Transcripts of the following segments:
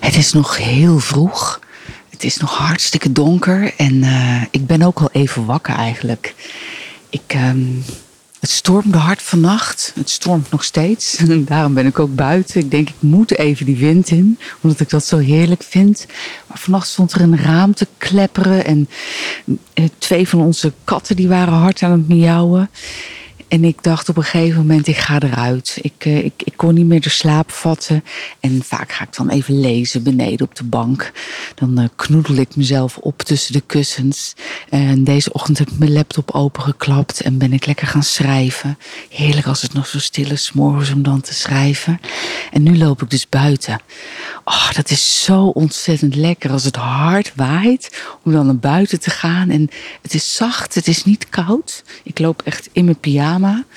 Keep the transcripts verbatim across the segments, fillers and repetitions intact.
Het is nog heel vroeg. Het is nog hartstikke donker. En uh, ik ben ook al even wakker eigenlijk. Ik, um, het stormde hard vannacht. Het stormt nog steeds. En daarom ben ik ook buiten. Ik denk, ik moet even die wind in. Omdat ik dat zo heerlijk vind. Maar vannacht stond er een raam te klepperen. En uh, twee van onze katten die waren hard aan het miauwen. En ik dacht op een gegeven moment, ik ga eruit. Ik, uh, ik, ik kon niet meer de slaap vatten. En vaak ga ik dan even lezen beneden op de bank. Dan uh, knoedel ik mezelf op tussen de kussens. En deze ochtend heb ik mijn laptop opengeklapt en ben ik lekker gaan schrijven. Heerlijk als het nog zo stil is 's morgens om dan te schrijven. En nu loop ik dus buiten. Oh, dat is zo ontzettend lekker als het hard waait. Om dan naar buiten te gaan. En het is zacht, het is niet koud. Ik loop echt in mijn pyjama.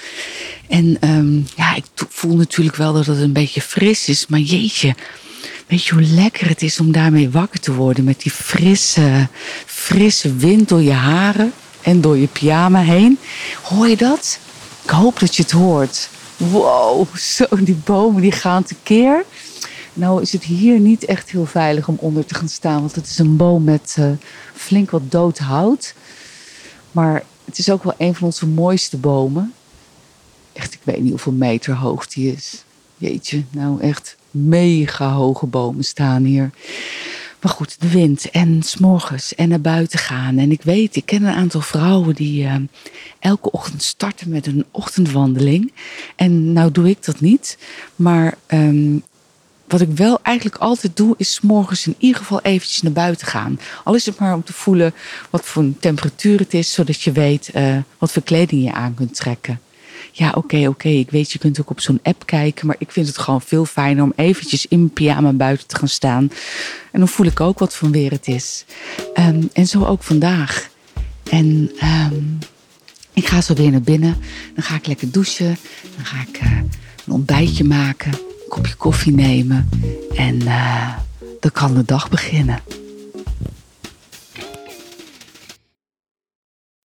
En um, ja, ik voel natuurlijk wel dat het een beetje fris is. Maar jeetje, weet je hoe lekker het is om daarmee wakker te worden. Met die frisse, frisse wind door je haren en door je pyjama heen. Hoor je dat? Ik hoop dat je het hoort. Wow, zo die bomen die gaan tekeer. Nou is het hier niet echt heel veilig om onder te gaan staan. Want het is een boom met uh, flink wat dood hout. Maar het is ook wel een van onze mooiste bomen. Echt, ik weet niet hoeveel meter hoog die is. Jeetje, nou echt mega hoge bomen staan hier. Maar goed, de wind en 's morgens en naar buiten gaan. En ik weet, ik ken een aantal vrouwen die uh, elke ochtend starten met een ochtendwandeling. En nou doe ik dat niet. Maar um, wat ik wel eigenlijk altijd doe, is 's morgens in ieder geval eventjes naar buiten gaan. Al is het maar om te voelen wat voor een temperatuur het is, zodat je weet uh, wat voor kleding je aan kunt trekken. Ja, oké, okay, oké. Okay. Ik weet, je kunt ook op zo'n app kijken. Maar ik vind het gewoon veel fijner om eventjes in mijn pyjama buiten te gaan staan. En dan voel ik ook wat voor weer het is. Um, en zo ook vandaag. En um, ik ga zo weer naar binnen. Dan ga ik lekker douchen. Dan ga ik uh, een ontbijtje maken. Een kopje koffie nemen. En uh, dan kan de dag beginnen.